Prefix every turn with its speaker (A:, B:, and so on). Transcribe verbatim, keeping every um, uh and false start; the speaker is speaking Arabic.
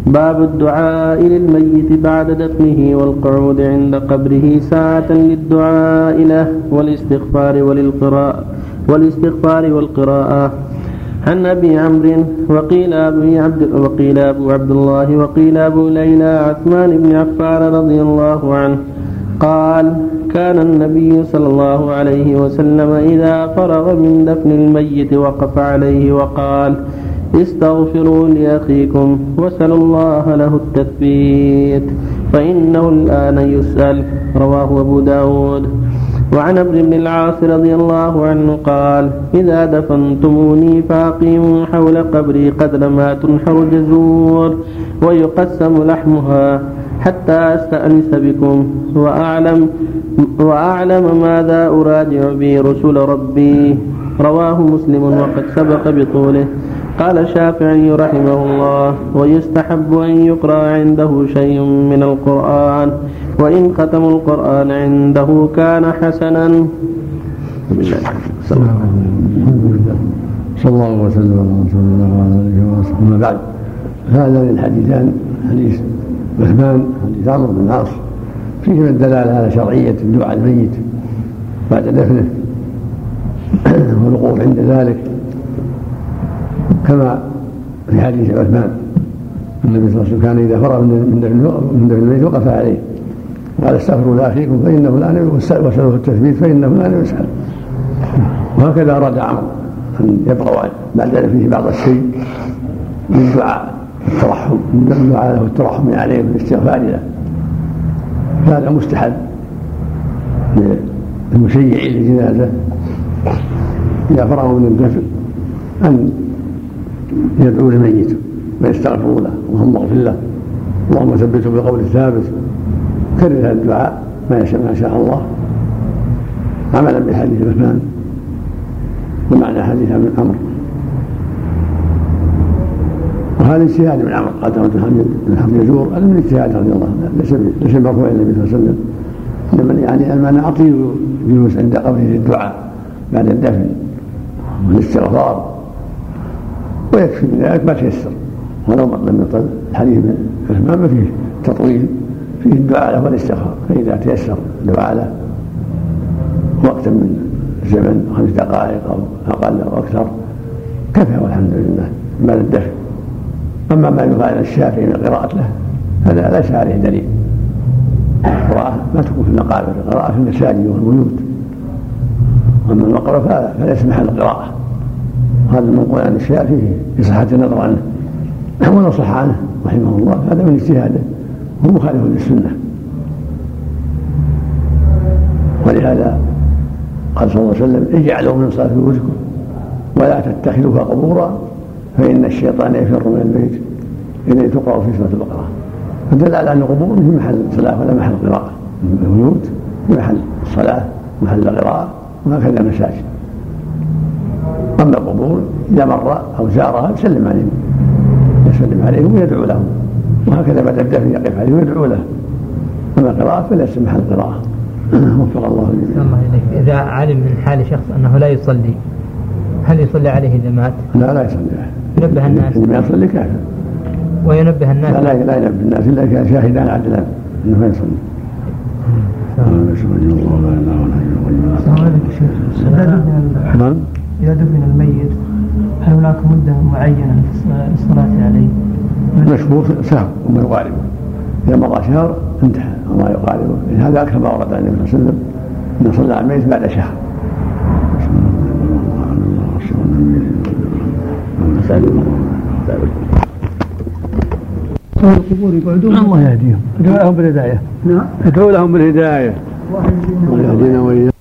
A: باب الدعاء للميت بعد دفنه والقعود عند قبره ساعة للدعاء له والاستغفار وللقراءة والاستغفار والقراءة. عن أبي عمرو وقيل أبي عبد وقيل أبو عبد الله وقيل أبو ليلى عثمان بن عفان رضي الله عنه قال: كان النبي صلى الله عليه وسلم إذا فرغ من دفن الميت وقف عليه وقال: استغفروا لأخيكم وسلوا الله له التثبيت فإنه الآن يسأل. رواه أبو داود. وعن عمرو بن العاص رضي الله عنه قال: إذا دفنتموني فأقيموا حول قبري قدر ما تنحر جزور ويقسم لحمها حتى أستأنس بكم وأعلم, وأعلم ماذا أراجع به رسول ربي. رواه مسلم وقد سبق بطوله. قال الشافعي رحمه الله: ويستحب أن يقرأ عنده شيء من القرآن، وإن ختم القرآن عنده كان حسنا.
B: صلى الله وسلم على رسول الله وسلم. بعد هذا الحديثان حديث عثمان حديث عمرو بن العاص فيه من الدلالة على شرعية الدعاء الميت بعد دفنه والوقوف عند ذلك، كما في حديث عثمان النبي صلى الله عليه وسلم كان إذا فرغ من دفن الميت وقف عليه وقال: استغفروا لأخيكم فإنه الآن يسأل وسلوا التثبيت فإنه الآن يسأل. وهكذا أراد عمرو أن يبقى بعد دفنه بعض الشيء من دعاء الترحم من دعاء له الترحم عليه والاستغفار له، هذا مستحب للمشيع للجنازة إذا فرغوا من الدفن أن يدعو لميته ويستغفروا له: اللهم اغفر له، اللهم ثبته بالقول الثابت. كرر هذا الدعاء ما شاء الله عملا بحديث عثمان ومعنى حديث عمرو. وهذا اجتهاد من عمرو قدمه بن حمد يزور هذا من اجتهاد رضي الله عنه، ليس مرفوع الى النبي صلى الله عليه وسلم، انما يعني المعنى اعطيه جلوس عند قبره للدعاء بعد الدفن والاستغفار ويكفي من ذلك ما تيسر. ولو لم يطل الحديث من عثمان ما فيه تطويل، فيه الدعاء له والاستغفار، فإذا تيسر الدعاء له وقتا من زمن خمس دقائق أو أقل أو أكثر كفى والحمد لله بعد الدفن. أما ما يقال الشافعي من قراءة له هذا ليس عليه دليل. القراءة ما تكون في المقابر، القراءة في المساجد والبيوت، أما المقبرة فليس محل قراءة. هذا المنقول عن الشافعي في صحة النظر عنه ونصح عنه رحمه الله، هذا من اجتهاده هو مخالف للسنة. ولهذا قال صلى الله عليه وسلم: اجعلوا من صلاة بيوتكم ولا تتخذوها قبورا فإن الشيطان يفر من البيت إذا تقرأ في سورة البقرة. فدل على أن القبور في محل صلاة ولا محل قراءة، البيوت في محل الصلاة محل قراءة، وهكذا المساجد. أما القبور إذا مر أو زارها يسلم عليهم يسلم عليهم ويدعو لهم، وهكذا بعد الدفن يقف عليه ويدعو له. أما القراءة فليس محل قراءة. وفق الله
C: الجميع. إذا علم من حال شخص أنه لا يصلي هل يصلي عليه إذا مات؟
B: لا لا يصلي.
C: ينبه الناس
B: إذا ما يصلي كافر.
C: وينبه الناس
B: لا لا, لا ينبه الناس إلا كان شاهدان عدلان إنه ما يصلي.
D: نعم. إذا دفن الميت هل هناك مدة معينة للصلاة عليه؟
B: مشهور شهر وما يقاربه. إذا مضى شهر انتهى وما يقاربه. هذا أكثر ما ورد عن النبي صلى الله عليه وسلم أنه صلى على الميت بعد شهر.
D: القبور يقعدون
B: الله يهديهم، ادعو لهم بالهداية.
D: نعم.
B: ادعو لهم بالهداية. الله يهدينا وإياهم.